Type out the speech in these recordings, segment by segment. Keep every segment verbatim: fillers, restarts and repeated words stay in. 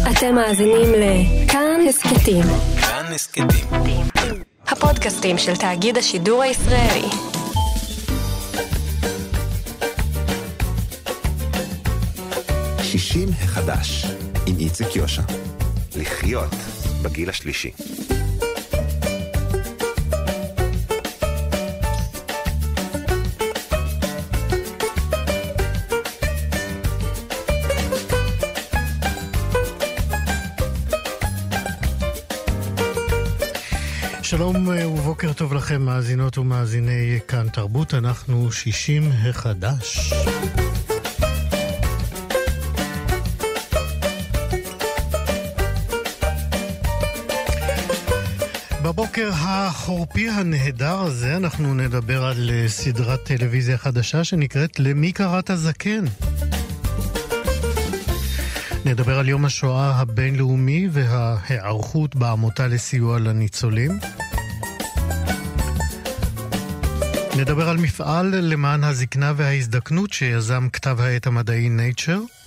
אתם מאזינים לכאן הסכתים. כאן הסכתים. הפודקאסטים של תאגיד השידור הישראלי. שישים החדש, עם איציק יושע. לחיות בגיל השלישי. שלום ובוקר טוב לכם מאזינות ומאזיני כאן תרבות, אנחנו שישים החדש. בבוקר החורפי הנהדר הזה אנחנו נדבר על סדרת טלוויזיה חדשה שנקראת למי קראת זקן. נדבר על יום השואה הבינלאומי וההיערכות בעמותה לסיוע לניצולים. נדבר על מפעל למען הזקנה וההזדקנות שיזם כתב העת המדעי Nature.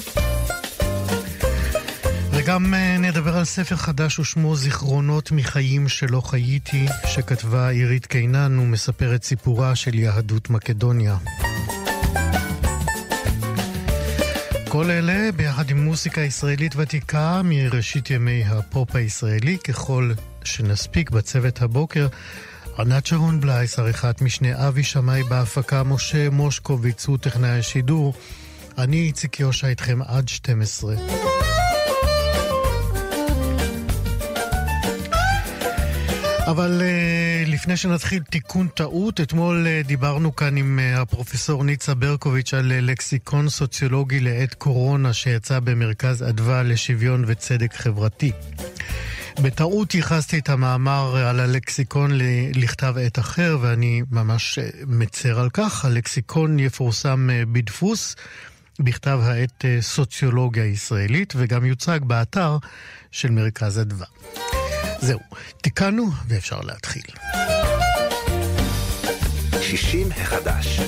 וגם נדבר על ספר חדש ושמו זיכרונות מחיים שלא חייתי, שכתבה עירית קינן ומספר את סיפורה של יהדות מקדוניה. כל אלה ביחד עם מוסיקה ישראלית ותיקה מראשית ימי הפופ הישראלי, ככל שנספיק בצוות הבוקר. ענת שרון בלייס, עריכת משנה, אבי שמאי בהפקה, משה מושקוביץ הוא טכנאי השידור. אני איציק יושע איתכם עד שתים עשרה. אבל uh, לפני שנתחיל תיקון טעות, אתמול uh, דיברנו כאן עם uh, הפרופסור ניצה ברקוביץ' על uh, לקסיקון סוציולוגי לעת קורונה שיצא במרכז אדווה לשוויון וצדק חברתי. בטעות ייחסתי את המאמר על הלקסיקון ל- לכתב עת אחר, ואני ממש uh, מצר על כך. הלקסיקון יפורסם uh, בדפוס בכתב העת uh, סוציולוגיה ישראלית, וגם יוצג באתר של מרכז אדווה. זהו, תיקנו ואפשר להתחיל. שישים החדש.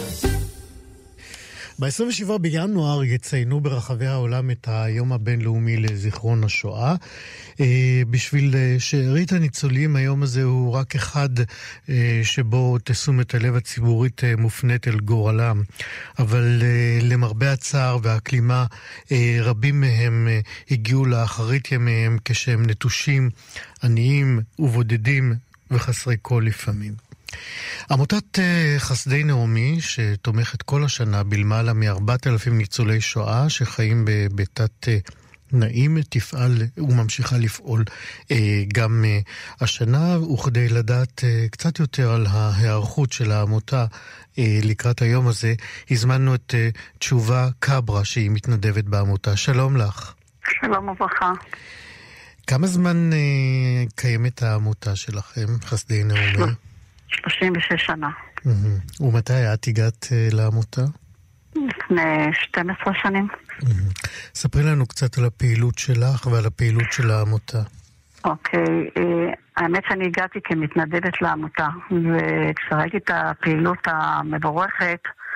ב-עשרים ושבעה בינואר יציינו ברחבי העולם את היום הבינלאומי לזיכרון השואה. בשביל שארית הניצולים, היום הזה הוא רק אחד שבו תשומת הלב הציבורית מופנית אל גורלם. אבל למרבה הצער והכלימה, רבים מהם הגיעו לאחרית ימיהם כשהם נטושים, עניים ובודדים וחסרי כל לפעמים. עמותת חסדי נעמי, שתומכת כל השנה בלמעלה מ-ארבעת אלפים ניצולי שואה שחיים בתת תנאים, תפעל וממשיכה לפעול גם השנה. וכדי לדעת קצת יותר על ההיערכות של העמותה לקראת היום הזה, הזמנו את תשובה קברה שהיא מתנדבת בעמותה. שלום לך. שלום וברכה. כמה זמן קיימת העמותה שלכם, חסדי נעמי? שלושים ושש שנה. ומתי את הגעת לעמותה? לפני שתים עשרה שנים. ספרי לנו קצת על הפעילות שלך ועל הפעילות של העמותה. אוקיי, האמת שאני הגעתי כמתנדבת לעמותה, וכשראיתי את הפעילות המבורכת,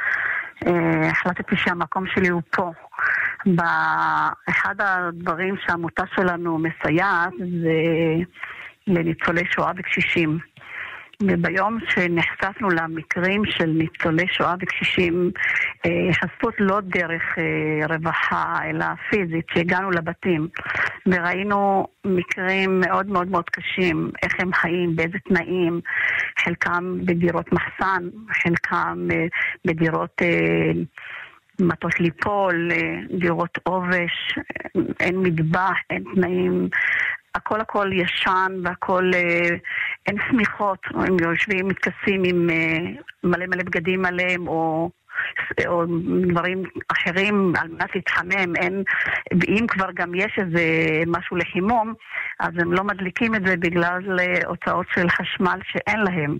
החלטתי שהמקום שלי הוא פה. באחד הדברים שהעמותה שלנו מסייעת זה לניצולי שואה וקשישים. וביום שנחשפנו למקרים של ניצולי שואה וקשישים, חשפות לא דרך רווחה אלא פיזית, שהגענו לבתים וראינו מקרים מאוד מאוד מאוד קשים, איך הם חיים, באיזה תנאים, חלקם בדירות מחסן, חלקם בדירות מטות ליפול, דירות עובש, אין מטבח, אין תנאים, הכל הכל ישן והכל, אין סמיכות, הם יושבים מתכסים עם מלא מלא בגדים עליהם או, או דברים אחרים על מנת להתחמם. אין, ואם כבר גם יש איזה משהו לחימום, אז הם לא מדליקים את זה בגלל הוצאות של חשמל שאין להם.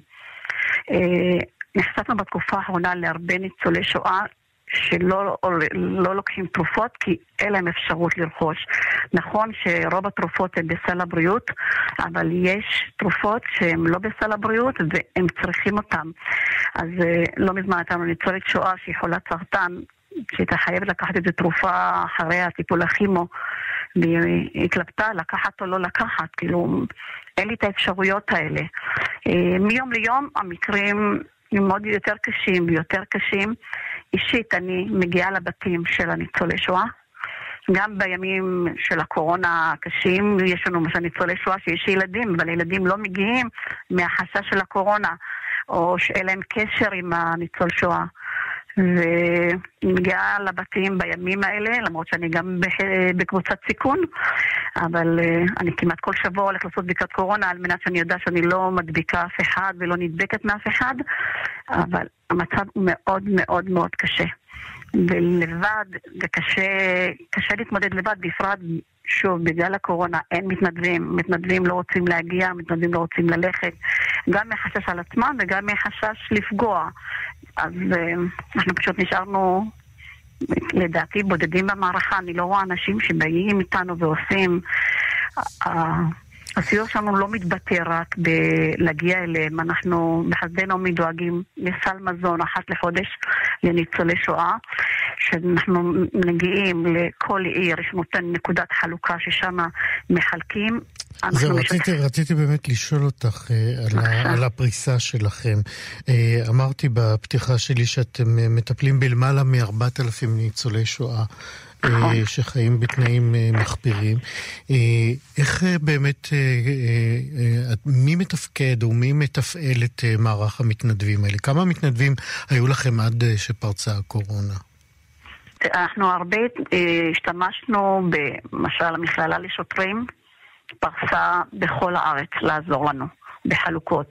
נחשפנו בתקופה האחרונה להרבה ניצולי שואה שלא לא לוקחים תרופות כי אין להם אפשרות לרכוש. נכון שרוב התרופות הן בסל הבריאות, אבל יש תרופות שהן לא בסל הבריאות והם צריכים אותן. אז לא מזמן הייתה לנו ניצולת שואה שהיא חולת סרטן, שהייתה חייבת לקחת את התרופה אחרי הטיפול הכימו, והיא התלבטה לקחת או לא לקחת, כאילו אין לי את האפשרויות האלה. מיום ליום המקרים הם מאוד יותר קשים ויותר קשים. אישית אני מגיעה לבתים של הניצולי שואה, גם בימים של הקורונה הקשים, יש לנו משל ניצולי שואה שיש ילדים, אבל הילדים לא מגיעים מהחשש של הקורונה, או שאין להם קשר עם הניצול שואה. ואני מגיעה לבתים בימים האלה, למרות שאני גם בקבוצת סיכון, אבל אני כמעט כל שבוע הולך לעשות בדיקת קורונה, על מנת שאני יודע שאני לא מדביקה אף אחד ולא נדבקת מאף אחד, אבל המצב הוא מאוד מאוד מאוד קשה. ולבד, זה קשה, קשה להתמודד לבד, בפרט שוב, בגלל הקורונה אין מתנדבים, מתנדבים לא רוצים להגיע, מתנדבים לא רוצים ללכת, גם מחשש על עצמם וגם מחשש לפגוע. אז אנחנו פשוט נשארנו, לדעתי, בודדים במערכה. אני לא רואה אנשים שבאים איתנו ועושים. הסיור שלנו לא מתבטא רק בלהגיע אליהם. אנחנו בחסדנו מדואגים לסל מזון אחת לחודש לניצולי שואה, שאנחנו מגיעים לכל עיר, יש נותן נקודת חלוקה ששם מחלקים. זהו, רציתי, רציתי באמת לשאול אותך על, ה, על הפריסה שלכם. אמרתי בפתיחה שלי שאתם מטפלים בלמעלה מ-ארבעת אלפים ניצולי שואה שחיים בתנאים מחפירים. איך באמת, מי מתפקד או מי מתפעל את מערך המתנדבים האלה? כמה מתנדבים היו לכם עד שפרצה הקורונה? אנחנו הרבה השתמשנו במשל המכללה לשוטרים, פרסה בכל הארץ לעזור לנו בחלוקות.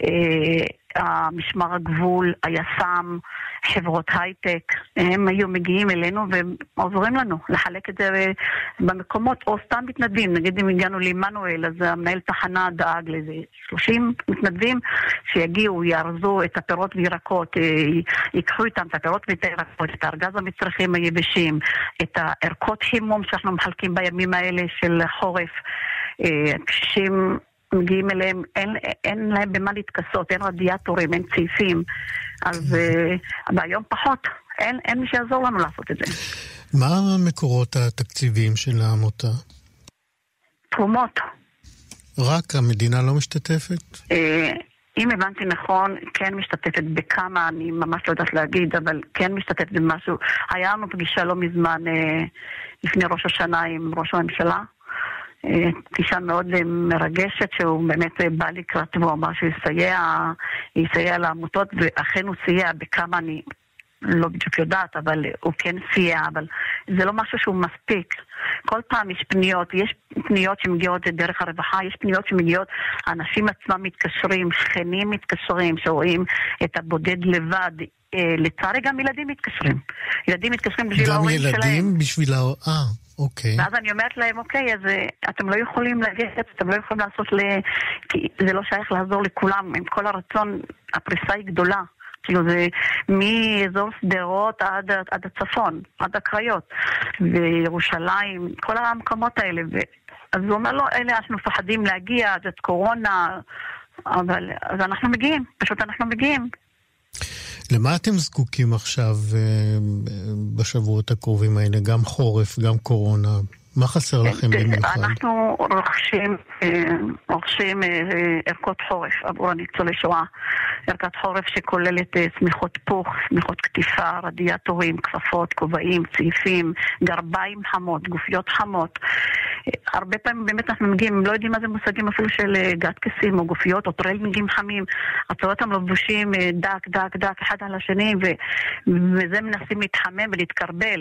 המשמר הגבול, היס"מ, חברות הייטק, הם היו מגיעים אלינו ועוזרים לנו לחלק את זה במקומות, או סתם מתנדבים. נגיד אם הגענו לימנואל, אז המנהל תחנה דאג לזה שלושים מתנדבים שיגיעו, יארזו את הפירות וירקות, ייקחו איתם את הפירות וירקות, את הארגז המצרכים היבשים, את הערכות חימום שאנחנו מחלקים בימים האלה של חורף. קשישים מגיעים אליהם, אין, אין להם במה להתכסות, אין רדיאטורים, אין צעיפים, אז ביום פחות, אין, אין מי שיעזור לנו לעשות את זה. מה המקורות התקציביים של העמותה? תרומות. רק המדינה לא משתתפת? אם הבנתי נכון, כן משתתפת בכמה, אני ממש לא יודעת להגיד, אבל כן משתתפת במשהו. היה לנו פגישה לא מזמן, לפני ראש השנה עם ראש הממשלה, פגישה מאוד מרגשת, שהוא באמת בא לקראת והוא אמר שהוא יסייע, יסייע לעמותות, ואכן הוא סייע בכמה, אני לא בדיוק יודעת, אבל הוא כן סייע, אבל זה לא משהו שהוא מספיק. כל פעם יש פניות, יש פניות שמגיעות דרך הרווחה, יש פניות שמגיעות, אנשים עצמם מתקשרים, שכנים מתקשרים, שרואים את הבודד לבד, לצערי גם ילדים מתקשרים. ילדים מתקשרים בשביל ההורים שלהם. גם ילדים בשביל ההורים, אה. אוקיי. ואז אני אומרת להם, אוקיי, אז אתם לא יכולים לגשת, אתם לא יכולים לעשות ל... כי זה לא שייך לעזור לכולם, עם כל הרצון, הפריסה היא גדולה. כאילו זה מאזור סדרות עד, עד הצפון, עד הקריות, וירושלים, כל המקומות האלה. ו... אז הוא אומר לו, אלה אנחנו מפחדים להגיע, זאת קורונה, אבל אז אנחנו מגיעים, פשוט אנחנו מגיעים. למה אתם זקוקים עכשיו בשבועות הקרובים האלה? גם חורף, גם קורונה. מה חסר לכם במיוחד? אנחנו רוכשים, רוכשים ערכות חורף עבור הניצולי שואה. ערכת חורף שכוללת סמיכות פוך, סמיכות כתיפה, רדיאטורים, כפפות, כובעים, צעיפים, גרביים חמות, גופיות חמות. הרבה פעמים באמת אנחנו מגיעים, לא יודעים מה זה מושגים אפילו של גטקסים או גופיות או טרלינגים חמים. הצורות המלבושים דק, דק, דק, אחד על השני, וזה מנסים להתחמם ולהתקרבל.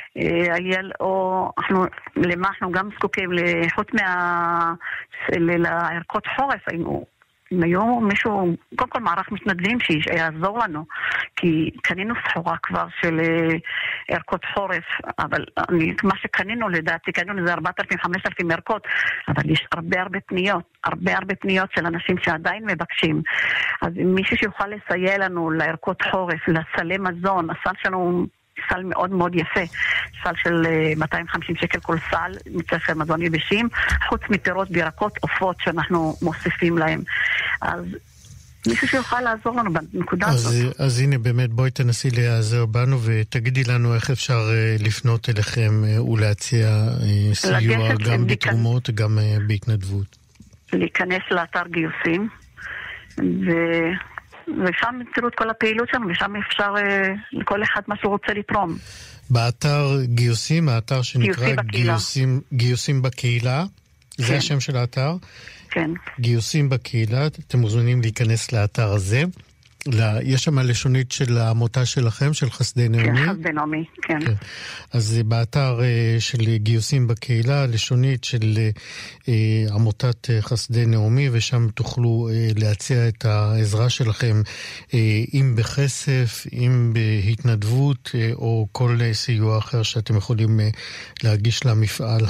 או אנחנו, למה אנחנו גם זקוקים, לחוץ מה... לערכות חורף, היינו... אם היו מישהו, קודם כל מערך מתנדבים שיעזור לנו, כי קנינו סחורה כבר של ערכות חורף, אבל אני, מה שקנינו לדעתי, קנינו זה ארבעת אלפים חמשת אלפים ערכות, אבל יש הרבה הרבה פניות, הרבה הרבה פניות של אנשים שעדיין מבקשים. אז מישהו שיוכל לסייע לנו לערכות חורף, לסלי מזון, הסל שלנו סל מאוד מאוד יפה, סל של מאתיים וחמישים שקל כל סל, מצרפי מזון יבשים, חוץ מפירות וירקות, עופות שאנחנו מוסיפים להם. אז מישהו שיוכל לעזור לנו בנקודה אז, הזאת. אז הנה באמת בואי תנסי להיעזר בנו ותגידי לנו איך אפשר לפנות אליכם ולהציע סיוע גם בתרומות גם בהתנדבות. להיכנס לאתר גיוסים ו... ושם תראו את כל הפעילות שם ושם אפשר לכל אחד מה שהוא רוצה לתרום. באתר גיוסים, האתר שנקרא גיוסים, גיוסים בקהילה, כן. זה השם של האתר? כן. גיוסים בקהילה, אתם מוזמנים להיכנס לאתר הזה. יש שם הלשונית של העמותה שלכם, של חסדי נעמי. כן, חסדי נעמי, כן. כן. אז באתר של גיוסים בקהילה, הלשונית של עמותת חסדי נעמי, ושם תוכלו להציע את העזרה שלכם, אם בכסף, אם בהתנדבות, או כל סיוע אחר שאתם יכולים להגיש למפעל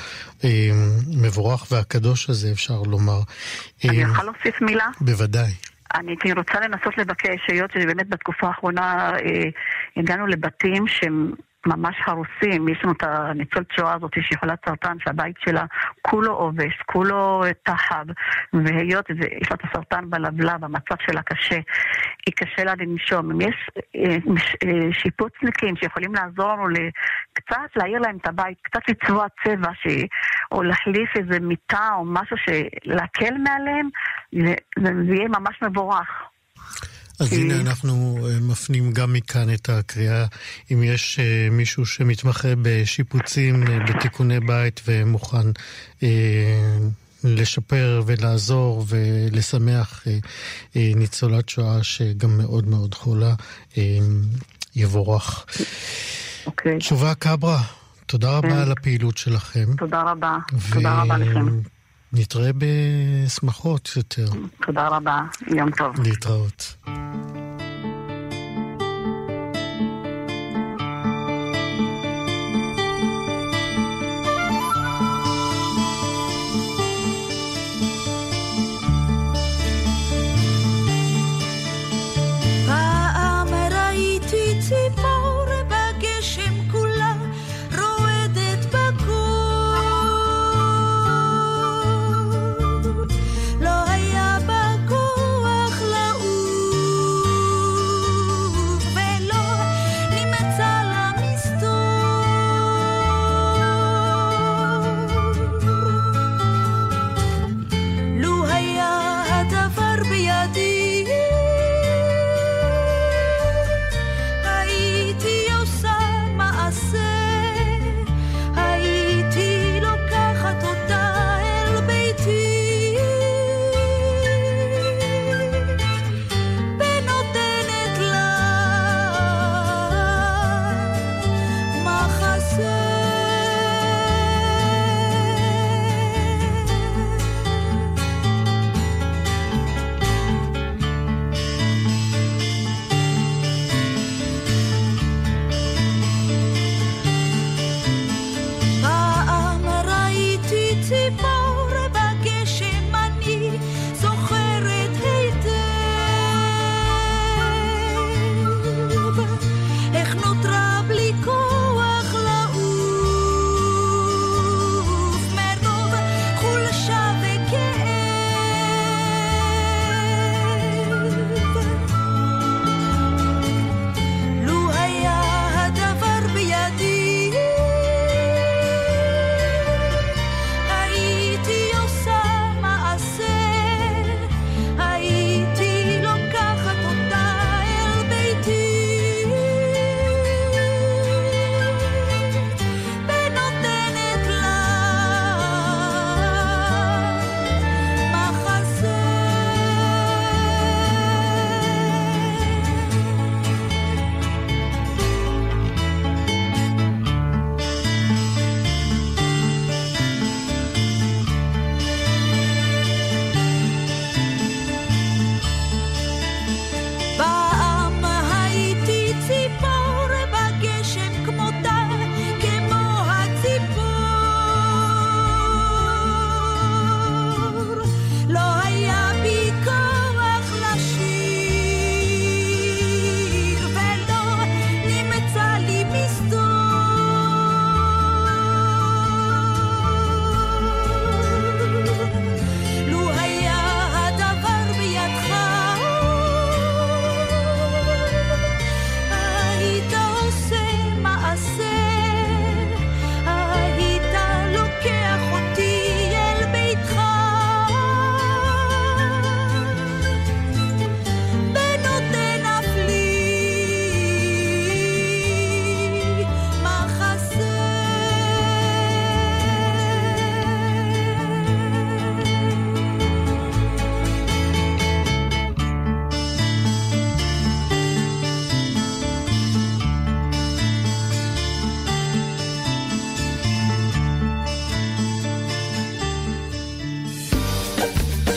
המבורך והקדוש הזה, אפשר לומר. אני יכול להוסיף מילה? בוודאי. אני רוצה לנסות לבקש, היות שבאמת בתקופה האחרונה אה, הגענו לבתים שהם ממש הרוסים. יש לנו את הניצולת שואה הזאת שיכולה סרטן, שהבית שלה כולו עובש, כולו תחב, והיות יש לה את הסרטן בלבלב, המצב שלה קשה, היא קשה לה לנשום. אם יש אה, אה, שיפוצניקים שיכולים לעזור לנו קצת להעיר להם את הבית, קצת לצבוע צבע, ש... או להחליף איזה מיטה או משהו שלהקל מעליהם, זה, זה יהיה ממש מבורך. אז כי... הנה אנחנו מפנים גם מכאן את הקריאה, אם יש מישהו שמתמחה בשיפוצים, בתיקוני בית ומוכן אה, לשפר ולעזור ולשמח אה, אה, ניצולת שואה שגם מאוד מאוד חולה, אה, יבורך. אוקיי. תשובה קברה, תודה רבה כן. על הפעילות שלכם. תודה רבה, ו... תודה רבה לכם. נתראה בשמחות יותר. תודה רבה, יום טוב. להתראות. פעם ראיתי ציפור בגשם כולה רועדת בקור, לא היה בה כוח לעוף,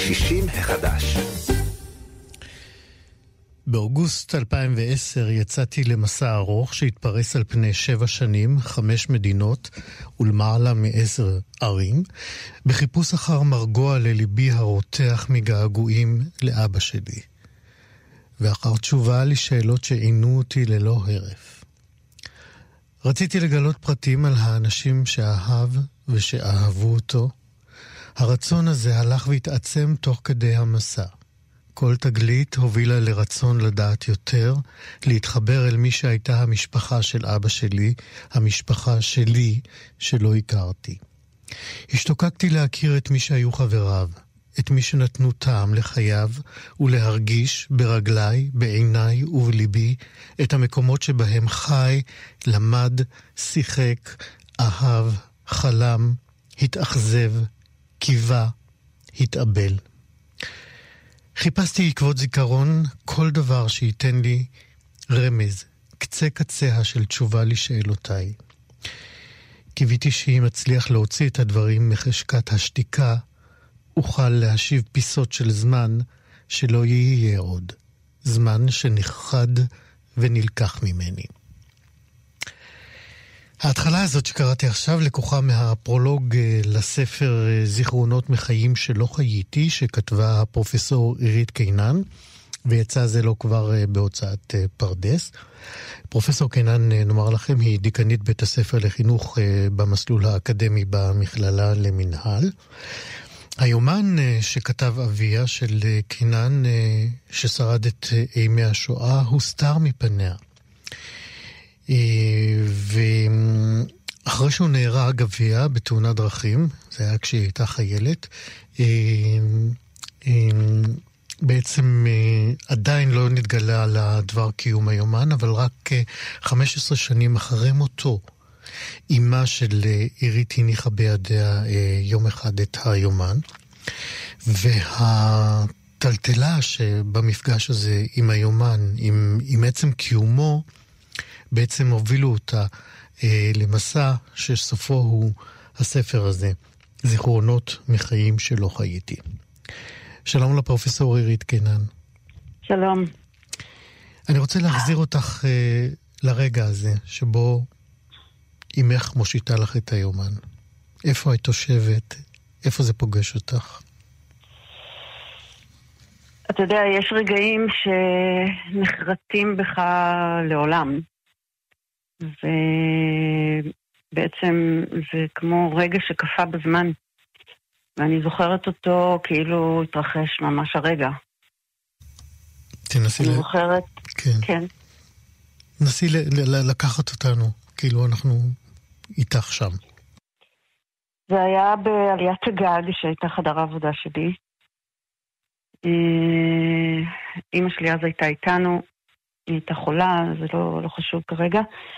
שישים החדש. באוגוסט אלפיים ועשר יצאתי למסע ארוך שהתפרס על פני שבע שנים, חמש מדינות ולמעלה מעשר ערים, בחיפוש אחר מרגוע לליבי הרותח מגעגועים לאבא שלי, ואחר תשובה לשאלות שעינו אותי ללא הרף. רציתי לגלות פרטים על האנשים שאהב ושאהבו אותו. הרצון הזה הלך והתעצם תוך כדי המסע. כל תגלית הובילה לרצון לדעת יותר, להתחבר אל מי שהייתה המשפחה של אבא שלי, המשפחה שלי שלא הכרתי. השתוקקתי להכיר את מי שהיו חבריו, את מי שנתנו טעם לחייו, ולהרגיש ברגליי, בעיניי ובליבי את המקומות שבהם חי, למד, שיחק, אהב, חלם, התאכזב, קיווה, התאבל. חיפשתי עקבות זיכרון, כל דבר שייתן לי רמז, קצה קצה של תשובה לשאלותיי. קיוויתי שאם אצליח להוציא את הדברים מחשקת השתיקה, אוכל להשיב פיסות של זמן שלא יהיה עוד. זמן שנכחד ונלקח ממני. ההתחלה הזאת שקראתי עכשיו לקוחה מהפרולוג לספר זיכרונות מחיים שלא חייתי, שכתבה הפרופסור עירית קינן, ויצא זה לא כבר בהוצאת פרדס. פרופסור קינן, נאמר לכם, היא דיקנית בית הספר לחינוך במסלול האקדמי במכללה למנהל. היומן שכתב אביה של קינן, ששרד את אימי השואה, הוסתר מפניה. ואחרי שהוא נהרג אביה בתאונת דרכים, זה היה כשהיא הייתה חיילת, בעצם עדיין לא נתגלה על הדבר קיום היומן, אבל רק חמש עשרה שנים אחרי מותו, אימה של עירית הניחה בידיה יום אחד את היומן, והטלטלה שבמפגש הזה עם היומן, עם, עם עצם קיומו, בעצם הובילו אותה אה, למסע שסופו הוא הספר הזה, זיכרונות מחיים שלא חייתי. שלום לפרופסור עירית קינן. שלום. אני רוצה להחזיר אותך אה, לרגע הזה, שבו אמך מושיטה לך את היומן. איפה את תושבת? איפה זה פוגש אותך? אתה יודע, יש רגעים שנחרטים בך לעולם. ובעצם זה כמו רגע שקפה בזמן, ואני זוכרת אותו כאילו התרחש ממש הרגע. תנסי אני ל... זוכרת, כן. כן. נסי ל... ל... לקחת אותנו, כאילו אנחנו איתך שם. זה היה בעליית הגג שהייתה חדר העבודה שלי. אמא שלי אז הייתה איתנו, היא הייתה חולה, זה לא, לא חשוב כרגע.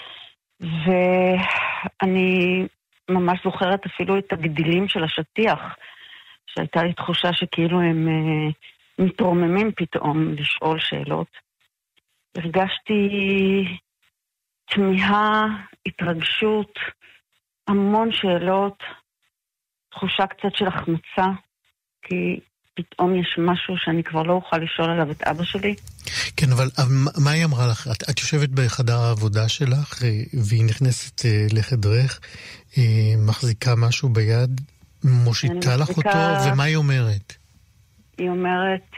ואני ממש זוכרת אפילו את הגדילים של השטיח, שהייתה לי תחושה שכאילו הם uh, מתרוממים פתאום לשאול שאלות. הרגשתי תמיהה, התרגשות, המון שאלות, תחושה קצת של החמצה, כי פתאום יש משהו שאני כבר לא אוכל לשאול עליו את אבא שלי. כן, אבל מה היא אמרה לך? את, את יושבת בחדר העבודה שלך, והיא נכנסת לחדרך, מחזיקה משהו ביד, מושיטה לך אותו, ומה היא אומרת? היא אומרת,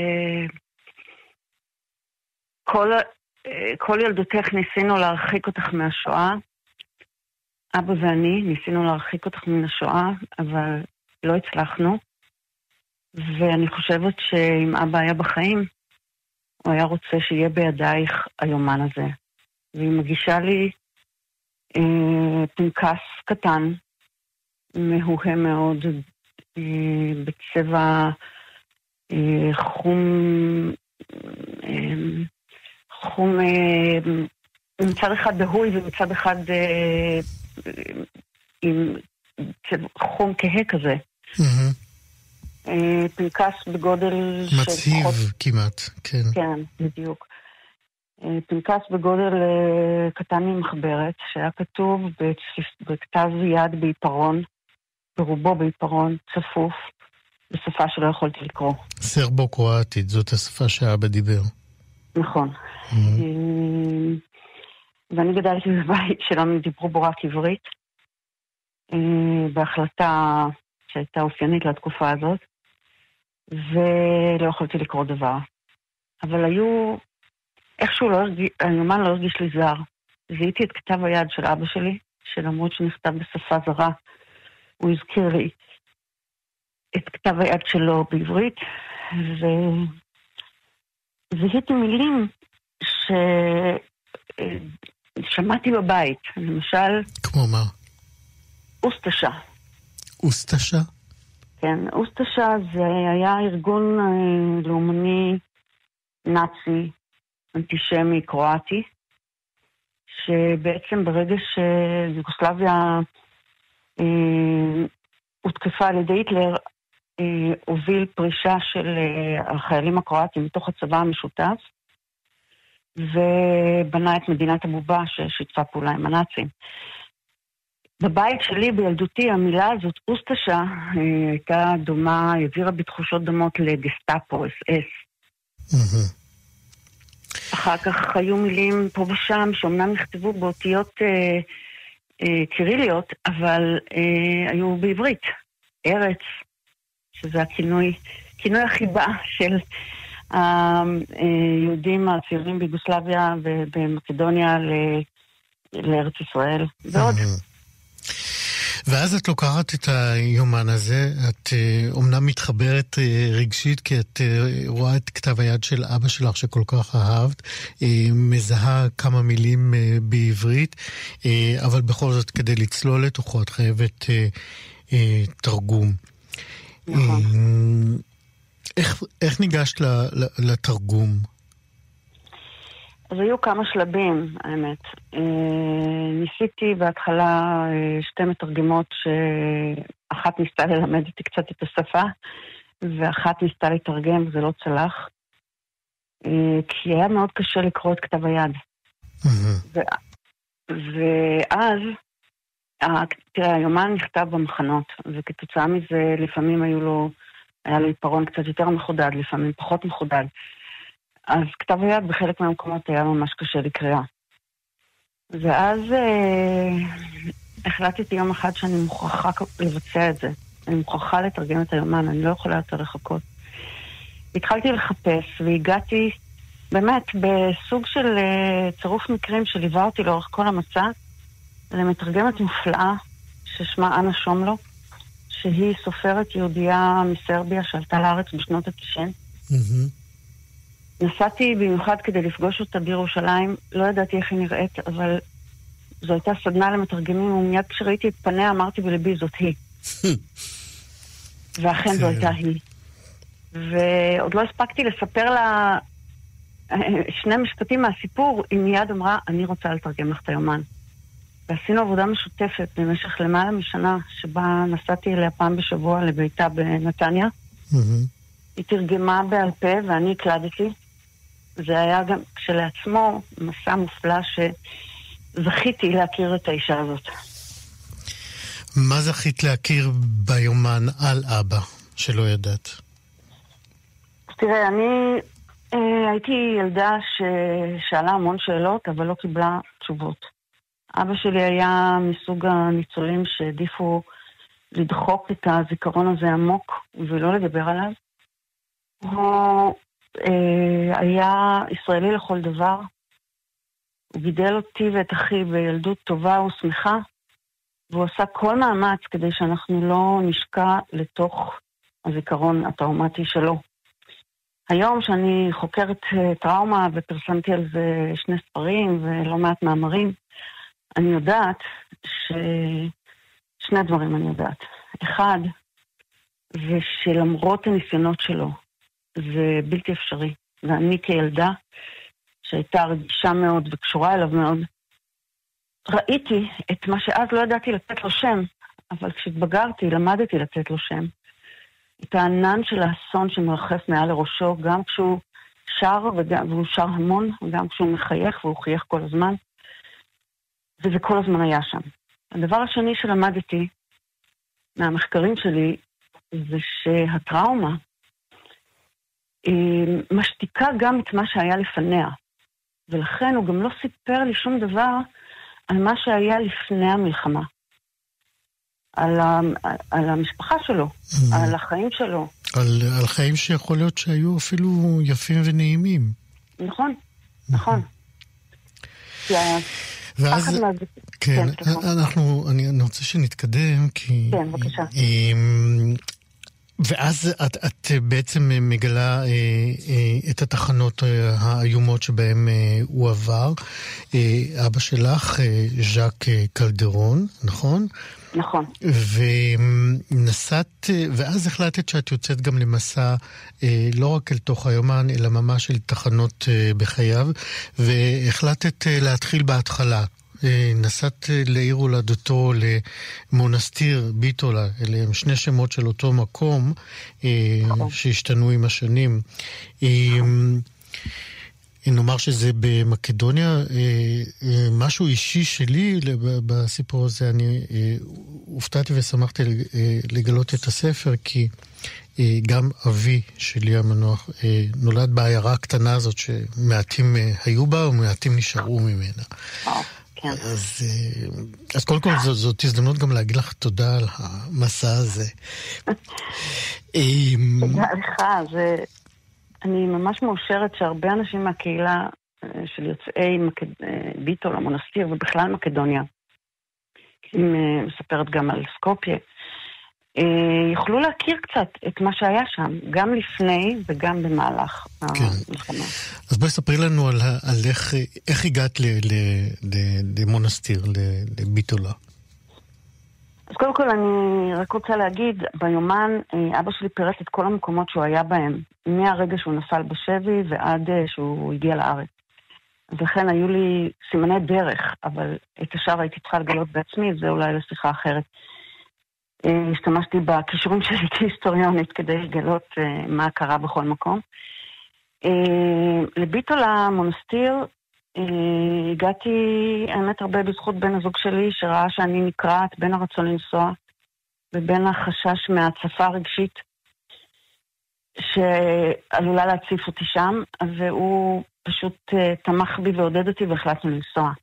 כל, כל ילדותך ניסינו להרחיק אותך מהשואה, אבא ואני ניסינו להרחיק אותך מן השואה, אבל לא הצלחנו. ואני חושבת שאם אבא היה בחיים, הוא היה רוצה שיהיה בידייך היומן הזה. והיא מגישה לי אה, פנקס קטן, מהוהה מאוד, אה, בצבע אה, חום, אה, חום, אה, מצד אחד דהוי ומצד אחד אה, עם צבע חום כהה כזה. Mm-hmm. פנקס בגודל מצהיב פחות... כמעט, כן. כן, בדיוק. פנקס בגודל קטן ממחברת, שהיה כתוב בכתב יד בעיפרון, ברובו בעיפרון צפוף, בשפה שלא יכולתי לקרוא. סרבו-קרואטית, זאת השפה שאבא דיבר. נכון. Mm-hmm. ואני גדלתי בבית שלנו דיברו בו רק עברית, בהחלטה שהייתה אופיינית לתקופה הזאת, ולא יכולתי לקרוא דבר. אבל היו, איכשהו לא הרגיש, היומן לא הרגיש לי זר. זיהיתי את כתב היד של אבא שלי, שלמרות שנכתב בשפה זרה, הוא הזכיר לי את כתב היד שלו בעברית, וזיהיתי מילים ששמעתי בבית, למשל... כמו מה? אוסטשה. אוסטשה? כן, אוסטשה זה היה ארגון אה, לאומני נאצי, אנטישמי, קרואטי, שבעצם ברגע שיוגוסלביה אה, הותקפה על ידי היטלר, אה, הוביל פרישה של אה, החיילים הקרואטים מתוך הצבא המשותף, ובנה את מדינת הבובה ששיתפה פעולה עם הנאצים. בבית שלי, בילדותי, המילה הזאת, אוסטשה, אה, הייתה דומה, העבירה בתחושות דומות לגסטאפו, אס אס. Mm-hmm. אחר כך היו מילים פה ושם, שאומנם נכתבו באותיות אה, אה, קיריליות, אבל אה, היו בעברית. ארץ, שזה הכינוי, כינוי החיבה של היהודים הציונים ביוגוסלביה ובמקדוניה ל- לארץ ישראל. ועוד. ואז את לוקחת את היומן הזה, את uh, אומנם מתחברת uh, רגשית, כי את uh, רואה את כתב היד של אבא שלך שכל כך אהבת, uh, מזהה כמה מילים uh, בעברית, uh, אבל בכל זאת כדי לצלול לתוכו את חייבת uh, uh, תרגום. נכון. Uh, איך, איך ניגשת ל, ל, לתרגום? אז היו כמה שלבים, האמת. ניסיתי בהתחלה שתי מתרגמות שאחת ניסתה ללמד אותי קצת את השפה, ואחת ניסתה לתרגם, זה לא צלח. כי היה מאוד קשה לקרוא את כתב היד. ואז, תראה, היומן נכתב במחנות, וכתוצאה מזה לפעמים היו לו, היה לו עיפרון קצת יותר מחודד, לפעמים פחות מחודד. אז כתב היד בחלק מהמקומות היה ממש קשה לקריאה. ואז אה, החלטתי יום אחד שאני מוכרחה לבצע את זה. אני מוכרחה לתרגם את היומן, אני לא יכולה יותר לחכות. התחלתי לחפש והגעתי באמת בסוג של אה, צירוף מקרים שליווה אותי לאורך כל המצע, למתרגמת מופלאה ששמה אנה שומלו, שהיא סופרת יהודייה מסרביה שעלתה לארץ בשנות ה-תשעים. Mm-hmm. נסעתי במיוחד כדי לפגוש אותה בירושלים, לא ידעתי איך היא נראית, אבל זו הייתה סדנה למתרגמים, ומיד כשראיתי את פניה אמרתי בלבי, זאת היא. ואכן זו הייתה היא. ועוד לא הספקתי לספר לה שני משפטים מהסיפור, היא מיד אמרה, אני רוצה לתרגם לך את היומן. ועשינו עבודה משותפת במשך למעלה משנה, שבה נסעתי אליה פעם בשבוע לביתה בנתניה. היא תרגמה בעל פה ואני הקלדתי. זה היה גם כשלעצמו מסע מופלא שזכיתי להכיר את האישה הזאת. מה זכית להכיר ביומן על אבא שלא ידעת? תראה, אני אה, הייתי ילדה ששאלה המון שאלות, אבל לא קיבלה תשובות. אבא שלי היה מסוג הניצולים שהעדיפו לדחוק את הזיכרון הזה עמוק ולא לדבר עליו. הוא אה, היה ישראלי לכל דבר. הוא גידל אותי ואת אחי בילדות טובה ושמחה, והוא עשה כל מאמץ כדי שאנחנו לא נשקע לתוך הזיכרון הטראומטי שלו. היום שאני חוקרת טראומה ופרסמתי על זה שני ספרים ולא מעט מאמרים, אני יודעת ששני דברים אני יודעת. אחד, זה שלמרות הניסיונות שלו, זה בלתי אפשרי. ואני כילדה, שהייתה רגישה מאוד וקשורה אליו מאוד, ראיתי את מה שאז לא ידעתי לתת לו שם, אבל כשהתבגרתי למדתי לתת לו שם. את הענן של האסון שמרחף מעל לראשו, גם כשהוא שר, וגם, והוא שר המון, וגם כשהוא מחייך, והוא חייך כל הזמן. וזה כל הזמן היה שם. הדבר השני שלמדתי מהמחקרים שלי, זה שהטראומה משתיקה גם את מה שהיה לפניה. ולכן הוא גם לא סיפר לי שום דבר על מה שהיה לפני המלחמה. על, ה, על המשפחה שלו, mm. על החיים שלו. על, על חיים שיכול להיות שהיו אפילו יפים ונעימים. נכון, נכון. ואז, כן, אנחנו, אני, אני רוצה שנתקדם, כי... כן, בבקשה. ואז את, את בעצם מגלה אה, אה, את התחנות אה, האיומות שבהם אה, הוא עבר. אה, אבא שלך, אה, ז'אק אה, קלדרון, נכון? נכון. ונסעת, ואז החלטת שאת יוצאת גם למסע, אה, לא רק אל תוך היומן, אלא ממש אל תחנות אה, בחייו, והחלטת אה, להתחיל בהתחלה. נסעת לעיר הולדתו, למונסטיר ביטולה, אלה הם שני שמות של אותו מקום שהשתנו עם השנים. נאמר שזה במקדוניה, משהו אישי שלי בסיפור הזה, אני הופתעתי ושמחתי לגלות את הספר, כי גם אבי שלי המנוח נולד בעיירה הקטנה הזאת שמעטים היו בה ומעטים נשארו ממנה. כן. אז, אז קודם כל זאת, זאת הזדמנות גם להגיד לך תודה על המסע הזה. תודה לך, זה, אני ממש מאושרת שהרבה אנשים מהקהילה של יוצאי מקד... ביטול, המונסטיר ובכלל מקדוניה, היא מספרת גם על סקופיה, יוכלו להכיר קצת את מה שהיה שם, גם לפני וגם במהלך המלחמה. אז בואי ספרי לנו על, על איך, איך הגעת ל, ל, ל, למונסטיר, לביטולה. אז קודם כל אני רק רוצה להגיד, ביומן אבא שלי פירט את כל המקומות שהוא היה בהם, מהרגע שהוא נפל בשבי ועד שהוא הגיע לארץ. אז לכן היו לי סימני דרך, אבל את השאר הייתי צריכה לגלות בעצמי, זה אולי לשיחה אחרת. השתמשתי בכישורים שלי כהיסטוריונית כדי לגלות מה קרה בכל מקום. לביטולה, מונסטיר, הגעתי, האמת, הרבה בזכות בן הזוג שלי, שראה שאני נקראת בין הרצון לנסוע, ובין החשש מהצפה הרגשית, שעלולה להציף אותי שם, והוא פשוט תמך בי ועודד אותי והחלטנו לנסוע.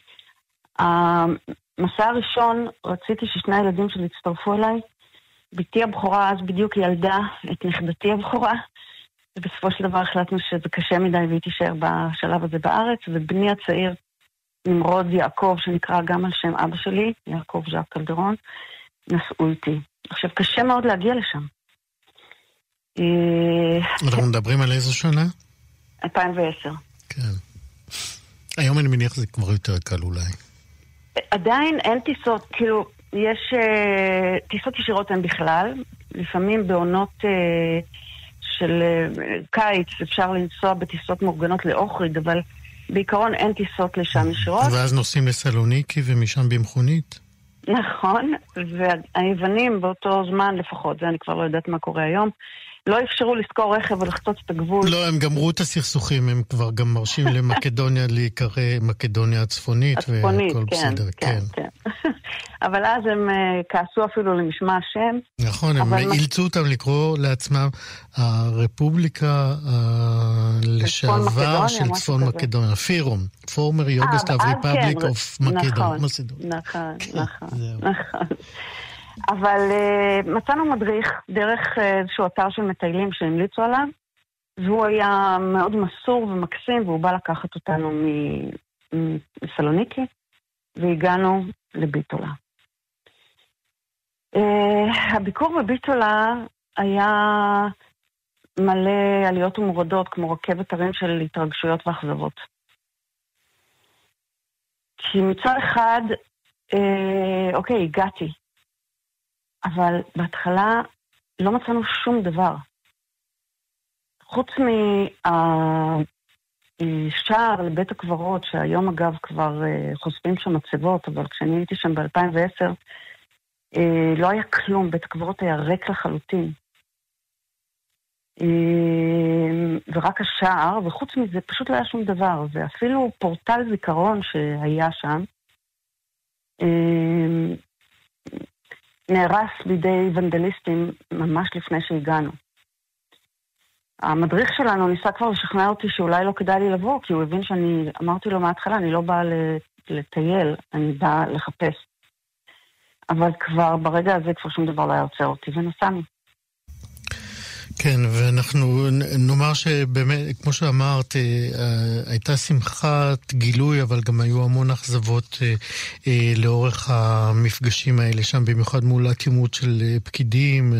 המסע הראשון, רציתי ששני הילדים שלי יצטרפו אליי. ביתי הבכורה אז בדיוק ילדה את נכדתי הבכורה, ובסופו של דבר החלטנו שזה קשה מדי והיא תישאר בשלב הזה בארץ, ובני הצעיר, נמרוד יעקב, שנקרא גם על שם אבא שלי, יעקב ז'אק קלדרון, נסעו איתי. עכשיו, קשה מאוד להגיע לשם. אנחנו מדברים על איזו שנה? אלפיים ועשר. כן. היום אני מניח זה כבר יותר קל אולי. עדיין אין טיסות, כאילו, יש uh, טיסות ישירות אין בכלל, לפעמים בעונות uh, של uh, קיץ אפשר לנסוע בטיסות מאורגנות לאוכריד, אבל בעיקרון אין טיסות לשם ישירות. ואז נוסעים לסלוניקי ומשם במכונית? נכון, והיוונים באותו זמן לפחות, זה אני כבר לא יודעת מה קורה היום, לא אפשרו לזכור רכב ולחצות את הגבול. לא, הם גמרו את הסכסוכים, הם כבר גם מרשים למקדוניה להיקרא מקדוניה הצפונית, הצפונית, והכל כן, בסדר, כן, כן. אבל אז הם כעסו אפילו למשמע השם. נכון, הם אילצו אותם לקרוא לעצמם הרפובליקה לשעבר של צפון מקדוניה, פירום, פורמר יוגוסלב ריפבליק אוף מקדוניה. נכון, נכון, נכון. אבל uh, מצאנו מדריך דרך uh, איזשהו אתר של מטיילים שהמליצו עליו, והוא היה מאוד מסור ומקסים, והוא בא לקחת אותנו מסלוניקי, והגענו לביטולה. Uh, הביקור בביטולה היה מלא עליות ומורדות, כמו רכבת הרים של התרגשויות ואכזבות. כי מצד אחד, uh, אוקיי, הגעתי, אבל בהתחלה לא מצאנו שום דבר. חוץ מהשער לבית הקברות, שהיום אגב כבר חושפים שם מצבות, אבל כשאני הייתי שם ב-אלפיים ועשר, לא היה כלום, בית הקברות היה ריק לחלוטין. ורק השער, וחוץ מזה פשוט לא היה שום דבר. ואפילו פורטל זיכרון שהיה שם, נהרס בידי ונדליסטים ממש לפני שהגענו. המדריך שלנו ניסה כבר לשכנע אותי שאולי לא כדאי לי לבוא, כי הוא הבין שאני, אמרתי לו מההתחלה, אני לא באה לטייל, אני באה לחפש. אבל כבר ברגע הזה כבר שום דבר לא היה עוצר אותי, ונסענו. כן, ואנחנו נאמר שבאמת, כמו שאמרת, הייתה שמחת גילוי, אבל גם היו המון אכזבות לאורך המפגשים האלה שם, במיוחד מול התימות של פקידים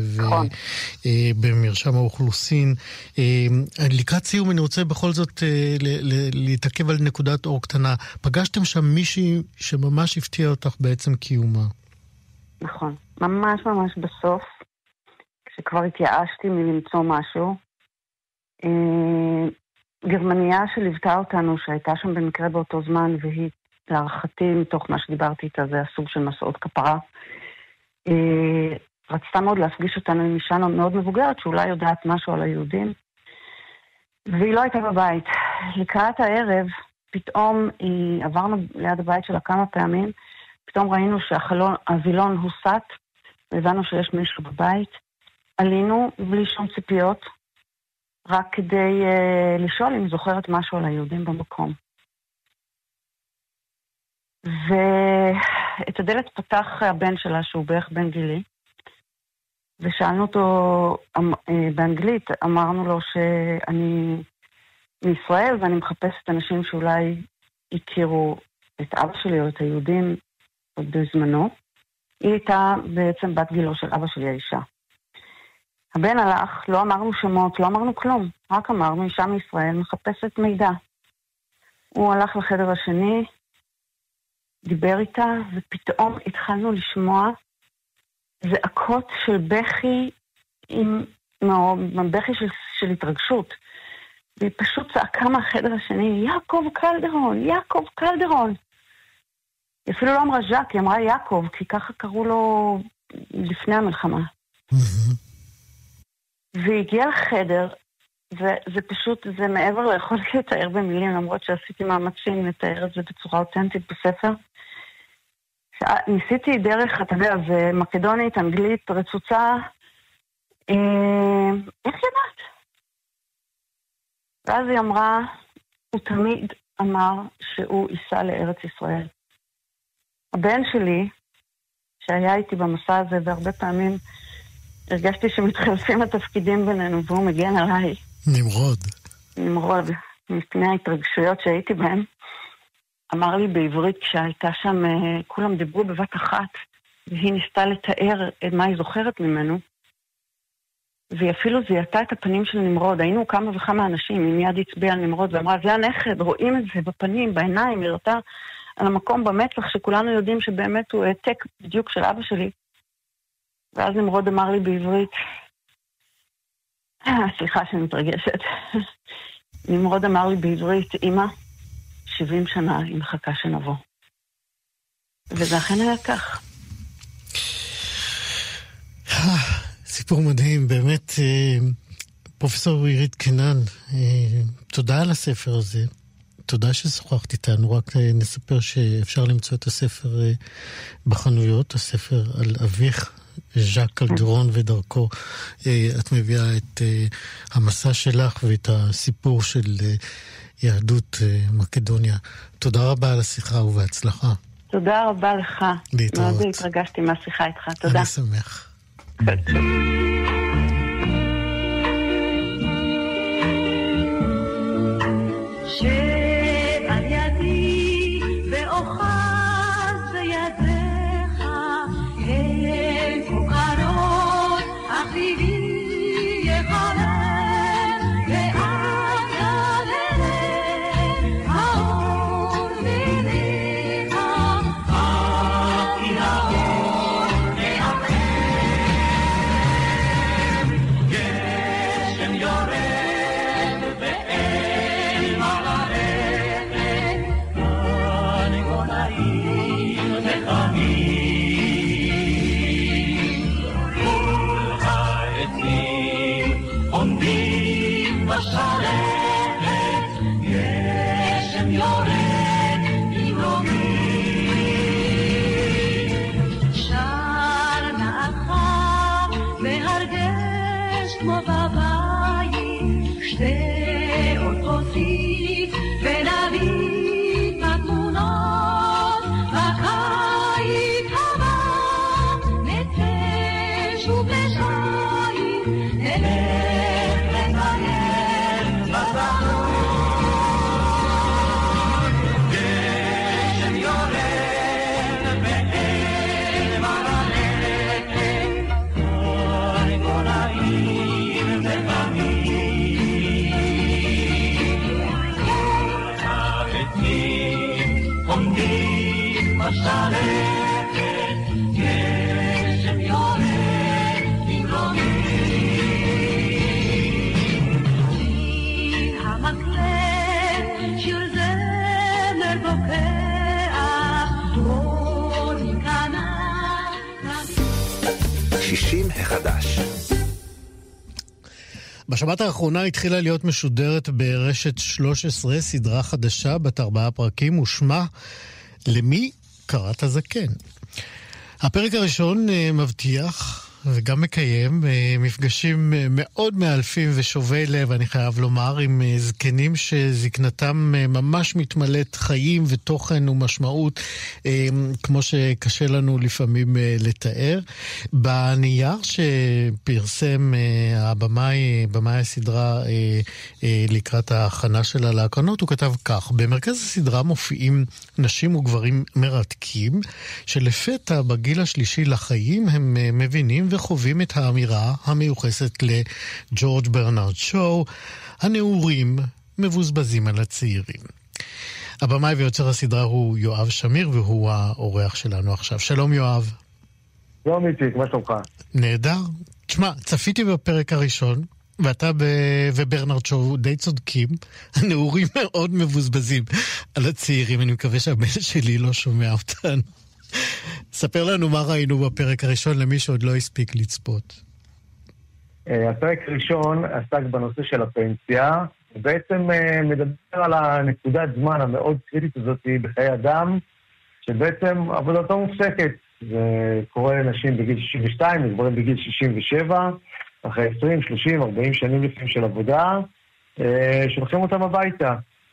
ובמרשם האוכלוסין. לקראת סיום אני רוצה בכל זאת להתעכב על נקודת אור קטנה. פגשתם שם מישהי שממש הפתיע אותך בעצם קיומה. נכון, ממש ממש בסוף. שכבר התייאשתי מלמצוא משהו. גרמניה שליוותה אותנו, שהייתה שם במקרה באותו זמן, והיא להערכתי, מתוך מה שדיברתי איתה, זה הסוג של מסעות כפרה, רצתה מאוד להפגיש אותנו עם אישה מאוד מבוגרת, שאולי יודעת משהו על היהודים, והיא לא הייתה בבית. לקראת הערב, פתאום היא, עברנו ליד הבית שלה כמה פעמים, פתאום ראינו שהווילון הוסט, והבנו שיש מישהו בבית, עלינו בלי שום ציפיות, רק כדי uh, לשאול אם זוכרת משהו על היהודים במקום. ואת הדלת פתח הבן שלה, שהוא בערך בן גילי, ושאלנו אותו uh, באנגלית, אמרנו לו שאני מישראל, ואני מחפשת אנשים שאולי הכירו את אבא שלי או את היהודים עוד בזמנו. היא הייתה בעצם בת גילו של אבא שלי, האישה. הבן הלך, לא אמרנו שמות, לא אמרנו כלום, רק אמרנו, אישה מישראל מחפשת מידע. הוא הלך לחדר השני, דיבר איתה, ופתאום התחלנו לשמוע זעקות של בכי, עם, עם בכי של, של התרגשות. והיא פשוט צעקה מהחדר השני, יעקב קלדרון, יעקב קלדרון. היא אפילו לא אמרה ז'ק, היא אמרה יעקב, כי ככה קראו לו לפני המלחמה. והיא הגיעה לחדר, וזה פשוט, זה מעבר ליכולת לתאר במילים, למרות שעשיתי מאמצים לתאר את זה בצורה אותנטית בספר. ניסיתי דרך, אתה יודע, זה מקדונית, אנגלית, רצוצה, אה, איך ידעת? ואז היא אמרה, הוא תמיד אמר שהוא ייסע לארץ ישראל. הבן שלי, שהיה איתי במסע הזה, והרבה פעמים הרגשתי שמתחלפים התפקידים בינינו, והוא מגן עליי. נמרוד. נמרוד, מפני ההתרגשויות שהייתי בהם. אמר לי בעברית, כשהייתה שם, כולם דיברו בבת אחת, והיא ניסתה לתאר את מה היא זוכרת ממנו, והיא אפילו זיהתה את הפנים של נמרוד. היינו כמה וכמה אנשים, היא מיד הצביעה על נמרוד, ואמרה, זה הנכד, רואים את זה בפנים, בעיניים, היא ראתה על המקום במצח, שכולנו יודעים שבאמת הוא העתק בדיוק של אבא שלי. ואז נמרוד אמר לי בעברית, סליחה שאני מתרגשת, נמרוד אמר לי בעברית, אמא, שבעים שנה היא מחכה שנבוא. וזה אכן היה כך. סיפור מדהים, באמת, פרופסור עירית קינן, תודה על הספר הזה. תודה ששוחחת איתנו, רק נספר שאפשר למצוא את הספר בחנויות, הספר על אביך, ז'ק קלדרון ודרכו. את מביאה את המסע שלך ואת הסיפור של יהדות מקדוניה. תודה רבה על השיחה ובהצלחה. תודה רבה לך. להתראות. מאוד התרגשתי מהשיחה איתך. תודה. אני שמח. שעל ידי ואוחז בידיך הן מוכרות אך ליבי יחרר ואת תעלה האור בעיניך אך כי האור מאחר כמו בבית, שתי אוטוסית ונביט בתמונות, בקיץ הבא נצא שוב לשייט, נלך לטייל בסלון. גשם יורד ואין מה ללכת, כל כל העיר בפנים. העצים עומדים בשלכת, גשם יורד במרומים. המקלט שיר זמר בוקע, דרור נקנה. שישים החדש. בשבת האחרונה התחילה להיות משודרת ברשת שלוש עשרה סדרה חדשה בת ארבעה פרקים ושמה למי קראת זקן. הפרק הראשון מבטיח וגם מקיים מפגשים מאוד מאלפים ושובי לב, אני חייב לומר, עם זקנים שזקנתם ממש מתמלאת חיים ותוכן ומשמעות, כמו שקשה לנו לפעמים לתאר. בנייר שפרסם הבמאי, במאי הסדרה לקראת ההכנה שלה להקרנות, הוא כתב כך: במרכז הסדרה מופיעים נשים וגברים מרתקים, שלפתע בגיל השלישי לחיים הם מבינים וחווים את האמירה המיוחסת לג'ורג' ברנרד שו, הנעורים מבוזבזים על הצעירים. הבמאי ויוצר הסדרה הוא יואב שמיר, והוא האורח שלנו עכשיו. שלום יואב. שלום איציק, מה שלומך? נהדר. תשמע, צפיתי בפרק הראשון, ואתה ב- וברנרד שו די צודקים, הנעורים מאוד מבוזבזים על הצעירים. אני מקווה שהבן שלי לא שומע אותנו. ספר לנו מה ראינו בפרק הראשון למי שעוד לא הספיק לצפות. הפרק הראשון עסק בנושא של הפנסיה, ובעצם מדבר על הנקודת זמן המאוד קריטית הזאת בחיי אדם, שבעצם עבודתו מופסקת. זה קורה לנשים בגיל שישים ושתיים, לגברים בגיל שישים ושבע, אחרי עשרים, שלושים, ארבעים שנים לפעמים של עבודה, שולחים אותם הביתה.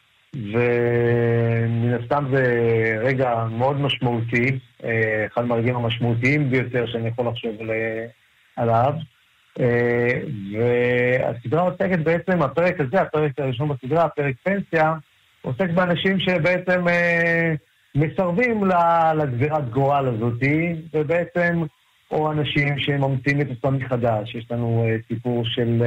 ומן הסתם זה רגע מאוד משמעותי, אחד מהרגעים המשמעותיים ביותר שאני יכול לחשוב עליו. והסדרה עוסקת בעצם, הפרק הזה, הפרק הראשון בסדרה, הפרק פנסיה, עוסק באנשים שבעצם מסרבים לגזירת גורל הזאת, ובעצם או אנשים שממציאים את עצמם מחדש. יש לנו סיפור של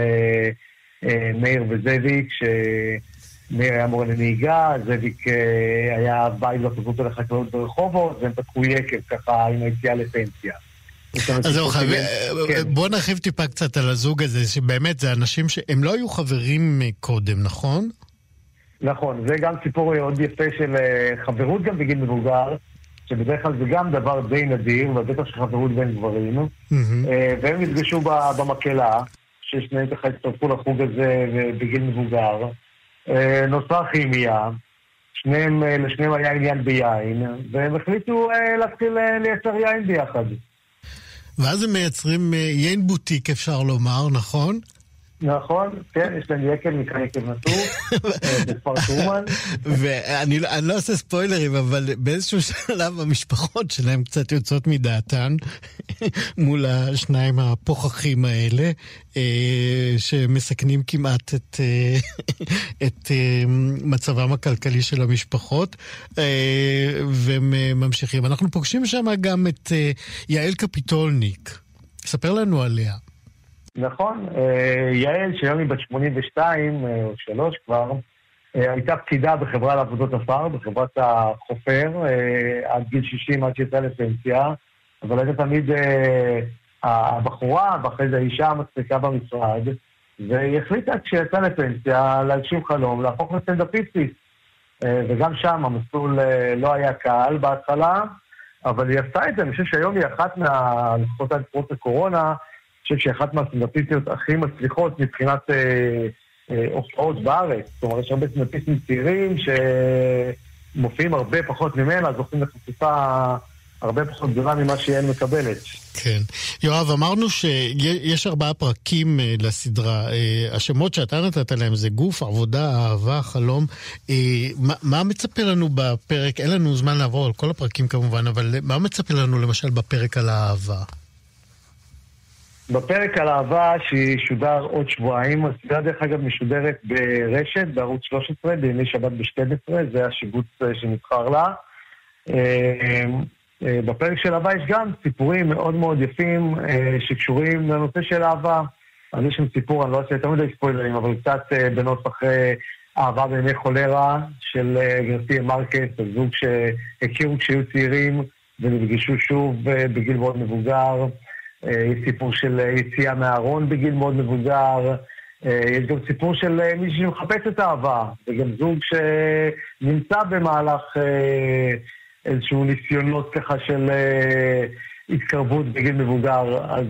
מאיר וזאביק, ש... מאיר היה מורה לנהיגה, זאביק היה בית בפקולטה לחקלאות ברחובות, והם פתחו יקב ככה עם היציאה לפנסיה. אז זהו, בוא נרחיב טיפה קצת על הזוג הזה, שבאמת זה אנשים שהם לא היו חברים קודם, נכון? נכון, זה גם סיפור מאוד יפה של חברות גם בגיל מבוגר, שבדרך כלל זה גם דבר די נדיר, ובטח של חברות בין גברים, והם נפגשו במקהלה, ששניהם ככה הצטרפו לחוג הזה בגיל מבוגר, נוצרה כימיה, שניהם, לשניהם היה עניין ביין, והם החליטו להתחיל לייצר יין ביחד. ואז הם מייצרים יין בוטיק, אפשר לומר, נכון? נכון, כן, יש להם יקב, נקרא יקב נטור, בספר טרומן. ואני לא עושה ספוילרים, אבל באיזשהו שלב המשפחות שלהם קצת יוצאות מדעתן, מול השניים הפוחחים האלה, שמסכנים כמעט את, את מצבם הכלכלי של המשפחות, והם ממשיכים. אנחנו פוגשים שם גם את יעל קפיטולניק. ספר לנו עליה. נכון, יעל, שהיום היא בת שמונים ושתיים או שלוש כבר, הייתה פקידה בחברה לעבודות עפר, בחברת החופר, עד גיל שישים, עד שיצאה לפנסיה, אבל הייתה תמיד הבחורה, ואחרי זה האישה המצחיקה במשרד, והיא החליטה כשיצאה לפנסיה להגשים חלום, להפוך לסטנדאפיסטית. וגם שם המסלול לא היה קל בהתחלה, אבל היא עשתה את זה. אני חושב שהיום היא אחת מה... לפחות עד פרוץ הקורונה, אני חושב שהיא אחת מהסטנדאפיסטיות הכי מצליחות מבחינת הופעות אה, אה, בארץ. זאת אומרת, יש הרבה סטנדאפיסטים צעירים שמופיעים הרבה פחות ממנה, זוכים לחשיפה הרבה פחות גדולה ממה שיעל מקבלת. כן. יואב, אמרנו שיש ארבעה פרקים לסדרה. השמות שאתה נתת להם זה גוף, עבודה, אהבה, חלום. מה, מה מצפה לנו בפרק? אין לנו זמן לעבור על כל הפרקים כמובן, אבל מה מצפה לנו למשל בפרק על האהבה? בפרק על אהבה שישודר עוד שבועיים, הסדרה דרך אגב משודרת ברשת, בערוץ שלוש עשרה, בימי שבת ב-שתים עשרה, זה השיבוץ שנבחר לה. בפרק של אהבה יש גם סיפורים מאוד מאוד יפים שקשורים לנושא של אהבה. אז יש שם סיפור, אני לא עושה יותר מדי ספוילרים, אבל קצת בנוסח אהבה בימי חולרה של גרסיה מרקס, הזוג שהכירו כשהיו צעירים ונפגשו שוב בגיל מאוד מבוגר. יש סיפור של יציאה מהארון בגיל מאוד מבוגר. יש גם סיפור של מי שמחפש את האהבה, וגם זוג שנמצא במהלך איזשהו ניסיונות ככה של התקרבות בגיל מבוגר. אז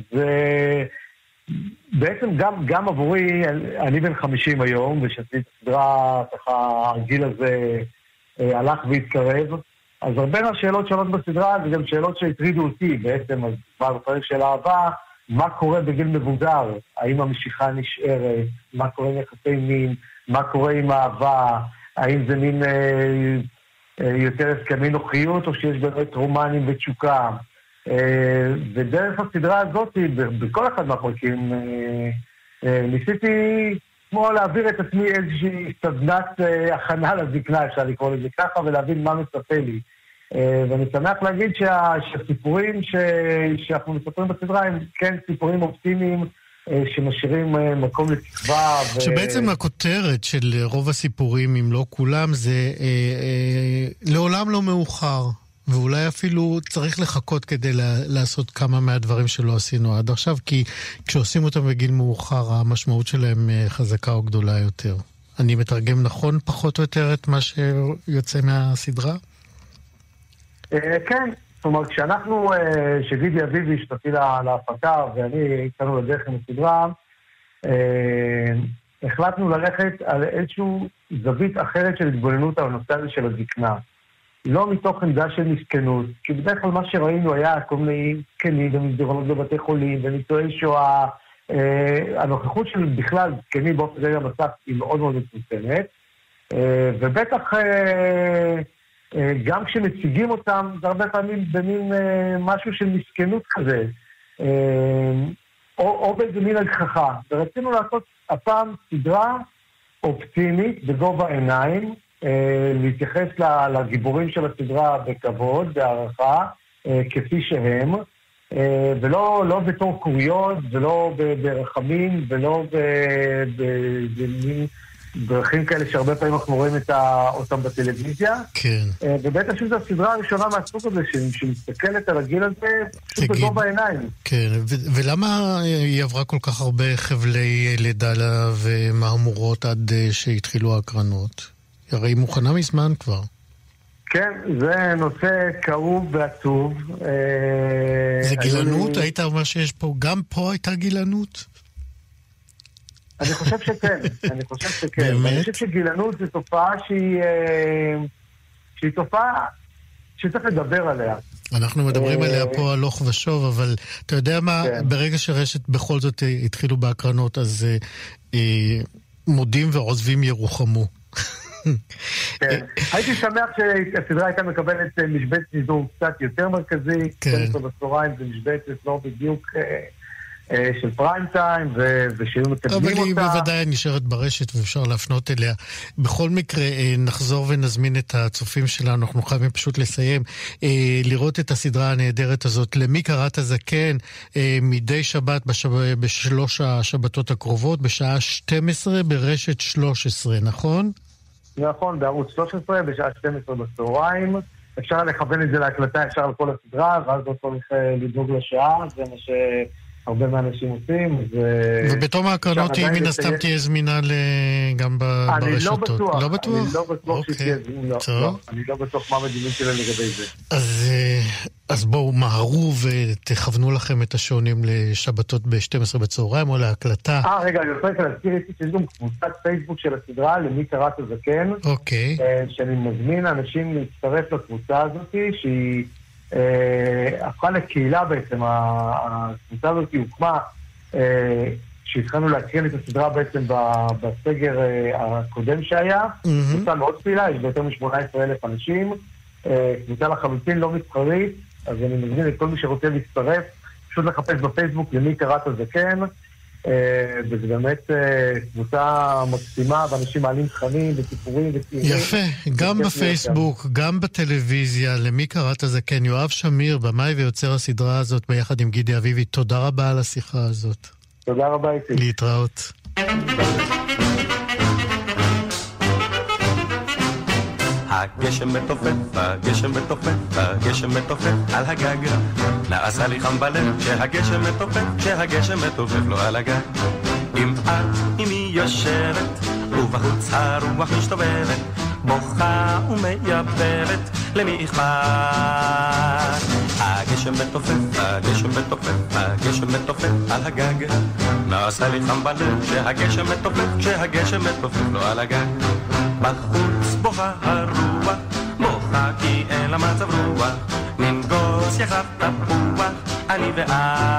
בעצם גם, גם עבורי, אני בן חמישים היום, ושעשיתי את הסדרה, ככה הגיל הזה הלך והתקרב. אז הרבה מהשאלות שעולות בסדרה זה גם שאלות שהטרידו אותי בעצם, אז כבר בפרק של אהבה, מה קורה בגיל מבוגר? האם המשיכה נשארת? מה קורה עם יחסי מין? מה קורה עם אהבה? האם זה מין אה, אה, יותר הסכמי נוחיות, או שיש באמת רומנים ותשוקה? אה, ודרך הסדרה הזאת, בכל אחד מהפרקים, אה, אה, ניסיתי כמו להעביר את עצמי איזושהי סדנת אה, הכנה לזקנה, אפשר לקרוא לזה ככה, ולהבין מה מצפה לי. אה, ואני שמח להגיד שה, שהסיפורים ש, שאנחנו מספרים בסדרה הם כן סיפורים אופטימיים, אה, שמשאירים אה, מקום לתקווה. ו... שבעצם הכותרת של רוב הסיפורים, אם לא כולם, זה אה, אה, לעולם לא מאוחר. ואולי אפילו צריך לחכות כדי לעשות כמה מהדברים שלא עשינו עד עכשיו, כי כשעושים אותם בגיל מאוחר, המשמעות שלהם חזקה או גדולה יותר. אני מתרגם נכון פחות או יותר את מה שיוצא מהסדרה? כן, זאת אומרת, כשאנחנו, שגידי אביבי השתתפי להפקה, ואני התקנו לדרך עם הסדרה, החלטנו ללכת על איזשהו זווית אחרת של התבוננות על הנושא הזה של הזקנה. לא מתוך עמדה של מסכנות, כי בדרך כלל מה שראינו היה כל מיני זקנים ומסדרונות בבתי חולים וניצולי שואה. אה, הנוכחות של בכלל זקנים באופן רגע מסך היא מאוד מאוד מצומצמת, אה, ובטח אה, אה, גם כשמציגים אותם זה הרבה פעמים במין אה, משהו של מסכנות כזה, אה, או, או באיזה מין הגחכה. ורצינו לעשות הפעם סדרה אופטימית בגובה עיניים, להתייחס לגיבורים של הסדרה בכבוד, בהערכה, כפי שהם, ולא לא בתור קוריוז, ולא ברחמים, ולא בדרכים כאלה שהרבה פעמים אנחנו רואים אותם בטלוויזיה. כן. ובטח שזו הסדרה הראשונה מהסוג הזה, שמסתכלת על הגיל הזה, פשוט בגובה העיניים. כן, ולמה היא עברה כל כך הרבה חבלי לידה ומהמורות עד שהתחילו ההקרנות? הרי היא מוכנה מזמן כבר. כן, זה נושא כאוב ועצוב. זה גילנות? היית אומר שיש פה, גם פה הייתה גילנות? אני חושב שכן, אני חושב שכן. באמת? אני חושב שגילנות זו תופעה שהיא, שהיא תופעה שצריך לדבר עליה. אנחנו מדברים עליה פה הלוך ושוב, אבל אתה יודע מה, ברגע שרשת בכל זאת התחילו בהקרנות, אז מודים ועוזבים ירוחמו. כן. הייתי שמח שהסדרה הייתה מקבלת משבצת סידור קצת יותר מרכזי, כן. בצהריים זה משבצת לא בדיוק של פריים טיים, ושהיו מקדמים אותה. אבל היא בוודאי נשארת ברשת ואפשר להפנות אליה. בכל מקרה, נחזור ונזמין את הצופים שלנו, אנחנו חייבים פשוט לסיים, לראות את הסדרה הנהדרת הזאת. למי קראת זקן? מדי שבת בשלוש השבתות הקרובות, בשעה שתים עשרה ברשת שלוש עשרה, נכון? נכון, בערוץ שלוש עשרה, בשעה שתים עשרה בצהריים. אפשר לכוון את זה להקלטה, אפשר על כל הסדרה, ואז לא צריך לדאוג לשעה, זה מה שהרבה מהאנשים עושים. ובתום ההקרנות היא מן הסתם תהיה זמינה גם ברשתות. אני לא בטוח. לא בטוח? אני לא בטוח שתהיה זמינה. לא, אני לא בטוח מה המדיניות שלהם לגבי זה. אז בואו, מהרו ותכוונו לכם את השעונים לשבתות ב-שתים עשרה בצהריים או להקלטה. אה, רגע, אני רוצה להזכיר, יש גם קבוצת פייסבוק של הסדרה, למי קראת הזקן. אוקיי. שאני מזמין אנשים להצטרף לקבוצה הזאת, שהיא הפכה לקהילה בעצם, הקבוצה הזאת הוקמה, שהתחלנו להקרין את הסדרה בעצם בסגר הקודם שהיה, קבוצה מאוד פעילה, יש ביותר מ-שמונה עשרה אלף אנשים, קבוצה לחלוטין לא מסחרית, אז אני מזמין את כל מי שרוצה להצטרף, פשוט לחפש בפייסבוק למי קראת הזקן, וזה באמת קבוצה מקסימה, ואנשים מעלים תכנים וסיפורים וציורים. יפה, גם בפייסבוק, גם בטלוויזיה, למי קראת הזקן, יואב שמיר, במאי ויוצר הסדרה הזאת ביחד עם גידי אביבי, תודה רבה על השיחה הזאת. תודה רבה איתי. להתראות. הגשם מתופף, הגשם מתופף, הגשם מתופף על הגג. נעשה לי חם בלב כשהגשם מתופף, כשהגשם מתופף לו על הגג. אם את עמי יושבת ובחוץ הרוח משתובבת, בוכה ומייבבת, למי אכפת? הגשם מתופף, הגשם מתופף, הגשם מתופף על הגג. נעשה לי חם בלב כשהגשם מתופף, כשהגשם מתופף לו על הגג. בחוץ בוכה הרוח, בוכה כי אין לה מצב רוח, ננגוס יחד תפוח, אני ואת.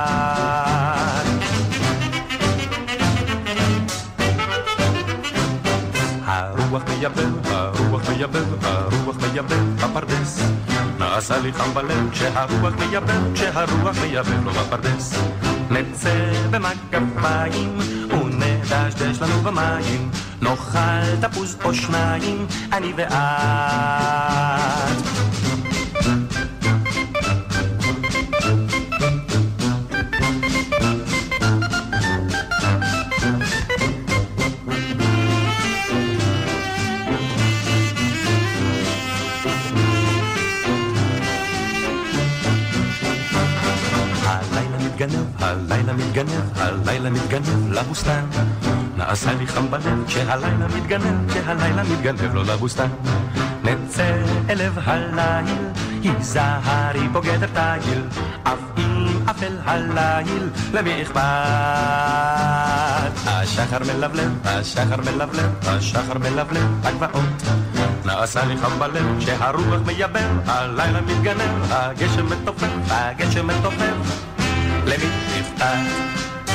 הרוח מייבב, הרוח מייבב, הרוח מייבב בפרדס. נעשה לי חם בלב כשהרוח מייבב, כשהרוח מייבב לו בפרדס. נצא במגפיים ונדשדש לנו במים, נאכל תפוז או שניים, אני ואת. הלילה מתגנב, הלילה מתגנב לבוסתן. נעשה לי חם בלב כשהלילה מתגנב, כשהלילה מתגנב לו לבוסתן. נצא אליו הליל, היזהרי בוגד תיל, אף אם אפל הליל, למי אכפת? השחר מלבלב, השחר מלבלב, השחר מלבלב הגבעות. נעשה לי חם בלב כשהרוח מייבב, הלילה מתגנב, הגשם מתופף, הגשם מתופף, למי אכפת?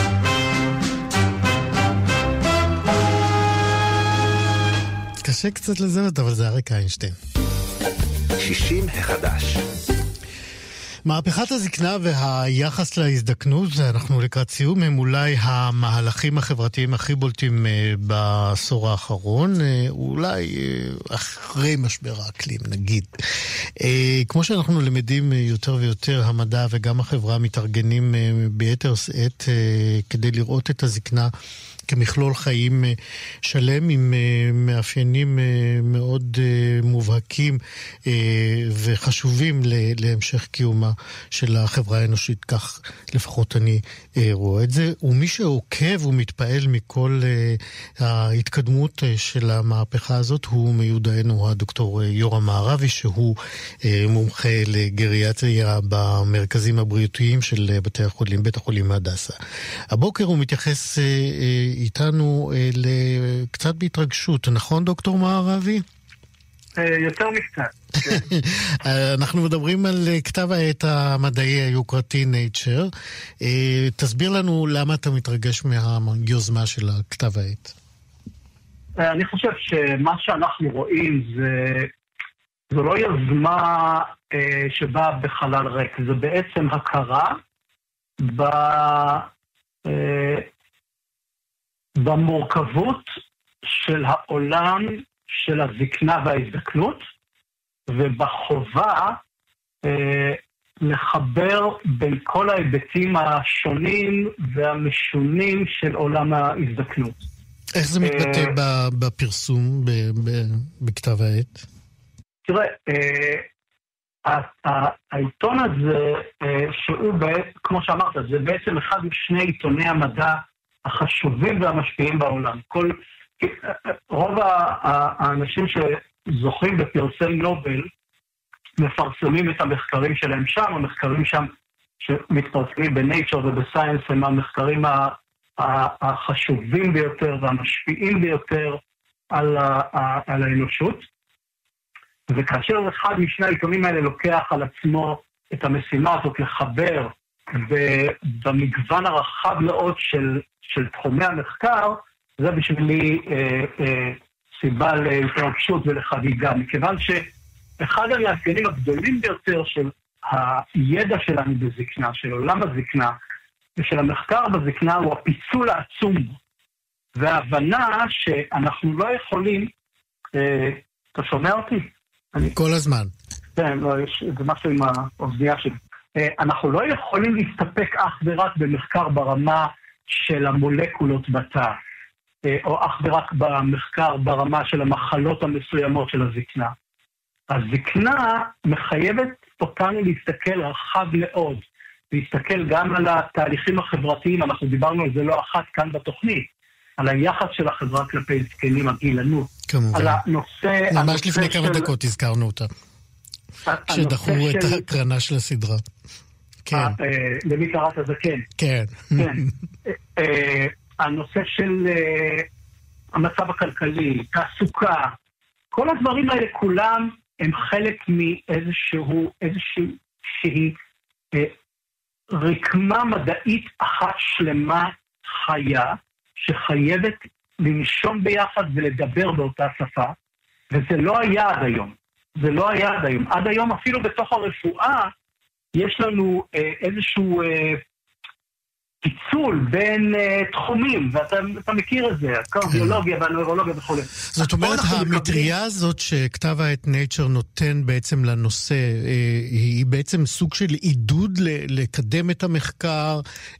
קשה קצת לזהות, אבל זה אריק איינשטיין. שישים החדש. מהפכת הזקנה והיחס להזדקנות, אנחנו לקראת סיום, הם אולי המהלכים החברתיים הכי בולטים בעשור האחרון, אולי אחרי משבר האקלים, נגיד. כמו שאנחנו למדים יותר ויותר, המדע וגם החברה מתארגנים ביתר שאת כדי לראות את הזקנה כמכלול חיים שלם עם מאפיינים מאוד מובהקים וחשובים להמשך קיומה של החברה האנושית, כך לפחות אני רואה את זה. ומי שעוקב ומתפעל מכל ההתקדמות של המהפכה הזאת הוא מיודענו הדוקטור יורם מערבי, שהוא מומחה לגריאטריה במרכזים הבריאותיים של בתי החולים, בית החולים הדסה. הבוקר הוא מתייחס איתנו קצת בהתרגשות, נכון דוקטור מערבי? יותר מקצת. אנחנו מדברים על כתב העת המדעי היוקרתי Nature. תסביר לנו למה אתה מתרגש מהיוזמה של הכתב העת. אני חושב שמה שאנחנו רואים זה זו לא יוזמה שבאה בחלל ריק, זה בעצם הכרה ב... במורכבות של העולם של הזקנה וההזדקנות, ובחובה אה, לחבר בין כל ההיבטים השונים והמשונים של עולם ההזדקנות. איך זה מתבטא אה, בפרסום, ב- ב- בכתב העת? תראה, אה, העיתון הזה, אה, שהוא בעצם, כמו שאמרת, זה בעצם אחד משני עיתוני המדע החשובים והמשפיעים בעולם. כל, רוב האנשים שזוכים בפרסי נובל מפרסמים את המחקרים שלהם שם, המחקרים שם שמתפרסמים בנייצ'ר ובסיינס הם המחקרים החשובים ביותר והמשפיעים ביותר על, על האנושות. וכאשר אחד משני העיתונים האלה לוקח על עצמו את המשימה הזאת לחבר במגוון הרחב מאוד של, של תחומי המחקר, זה בשבילי אה, אה, סיבה להתרגשות ולחגיגה, מכיוון שאחד המאפיינים הגדולים ביותר של הידע שלנו בזקנה, של עולם הזקנה, ושל המחקר בזקנה הוא הפיצול העצום, וההבנה שאנחנו לא יכולים, אה, אתה שומע אותי? כל הזמן. כן, לא, יש, זה משהו עם האוזנייה שלי. אה, אנחנו לא יכולים להסתפק אך ורק במחקר ברמה של המולקולות בתא, אה, או אך ורק במחקר ברמה של המחלות המסוימות של הזקנה. הזקנה מחייבת אותנו להסתכל רחב מאוד, להסתכל גם על התהליכים החברתיים, אנחנו דיברנו על זה לא אחת כאן בתוכנית, על היחס של החברה כלפי זקנים, הגילנות. כמובן. על הנושא... ממש הנושא לפני כמה של... דקות הזכרנו אותה. כשדחו של... את ההקרנה של הסדרה. כן. אה, אה, למי קראת זה כן. כן. כן. אה, הנושא של אה, המצב הכלכלי, תעסוקה, כל הדברים האלה כולם הם חלק מאיזשהו, איזושהי שהיא אה, רקמה מדעית אחת שלמה חיה, שחייבת לנשום ביחד ולדבר באותה שפה, וזה לא היה עד היום. זה לא היה עד היום. עד היום אפילו בתוך הרפואה יש לנו אה, איזשהו אה, פיצול בין uh, תחומים, ואתה אתה מכיר את זה, הקרדיולוגיה והנוירולוגיה וכו'. זאת אומרת, המטריה הזאת שכתב העת Nature נותן בעצם לנושא, היא בעצם סוג של עידוד לקדם את המחקר,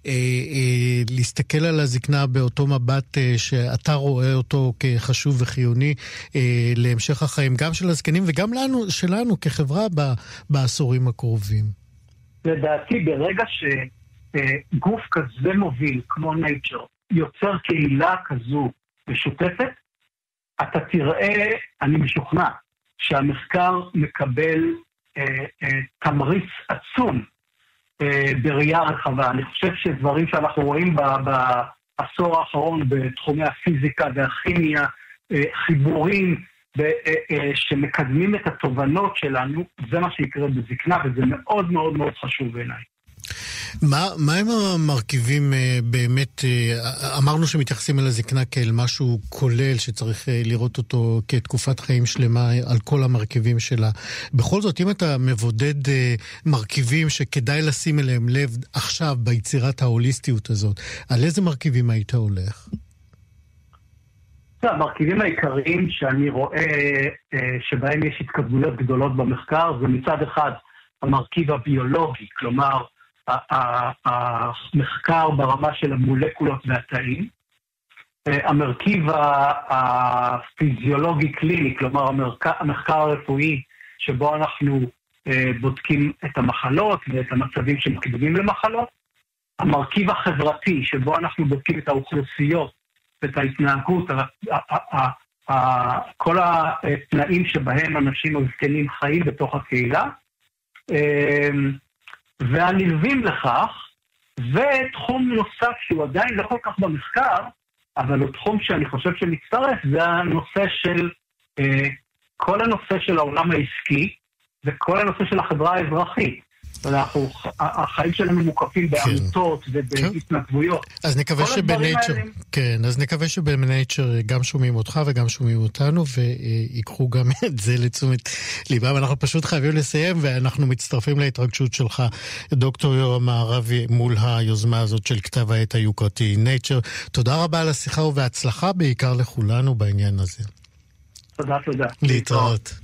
להסתכל על הזקנה באותו מבט שאתה רואה אותו כחשוב וחיוני להמשך החיים, גם של הזקנים וגם לנו, שלנו כחברה בעשורים הקרובים. לדעתי, ברגע ש... גוף כזה מוביל, כמו Nature, יוצר קהילה כזו משותפת, אתה תראה, אני משוכנע, שהמחקר מקבל אה, אה, תמריץ עצום אה, בראייה רחבה. אני חושב שדברים שאנחנו רואים בעשור האחרון בתחומי הפיזיקה והכימיה, אה, חיבורים אה, אה, שמקדמים את התובנות שלנו, זה מה שיקרה בזקנה, וזה מאוד מאוד מאוד חשוב בעיניי. מה, מה הם המרכיבים באמת, אמרנו שמתייחסים אל הזקנה כאל משהו כולל שצריך לראות אותו כתקופת חיים שלמה על כל המרכיבים שלה. בכל זאת, אם אתה מבודד מרכיבים שכדאי לשים אליהם לב עכשיו ביצירת ההוליסטיות הזאת, על איזה מרכיבים היית הולך? המרכיבים העיקריים שאני רואה שבהם יש התקדמויות גדולות במחקר, זה מצד אחד המרכיב הביולוגי, כלומר, המחקר ברמה של המולקולות והתאים, המרכיב הפיזיולוגי קליני, כלומר המחקר הרפואי שבו אנחנו בודקים את המחלות ואת המצבים שמקדמים למחלות, המרכיב החברתי שבו אנחנו בודקים את האוכלוסיות ואת ההתנהגות, כל התנאים שבהם אנשים הזקנים חיים בתוך הקהילה, והנלווים לכך, ותחום נוסף שהוא עדיין לא כל כך במחקר, אבל הוא תחום שאני חושב שמצטרף, זה הנושא של, אה, כל הנושא של העולם העסקי, וכל הנושא של החברה האזרחית. אנחנו, החיים שלנו מוקפים בעמותות ובהתנדבויות. אז נקווה שבנייצ'ר, כן, אז נקווה שבנייצ'ר גם שומעים אותך וגם שומעים אותנו, ויקחו גם את זה לתשומת ליבם. אנחנו פשוט חייבים לסיים, ואנחנו מצטרפים להתרגשות שלך, דוקטור יורם מערבי, מול היוזמה הזאת של כתב העת היוקרתי Nature. תודה רבה על השיחה ובהצלחה, בעיקר לכולנו בעניין הזה. תודה, תודה. להתראות.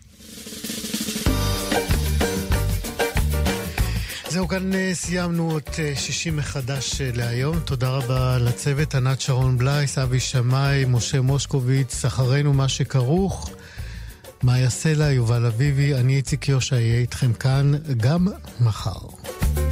זהו, כאן סיימנו את שישים מחדש להיום. תודה רבה לצוות, ענת שרון בלייס, אבי שמאי, משה מושקוביץ, אחרינו מה שכרוך, מאיה סלע, יובל אביבי, אני איציק יושע, אהיה איתכם כאן גם מחר.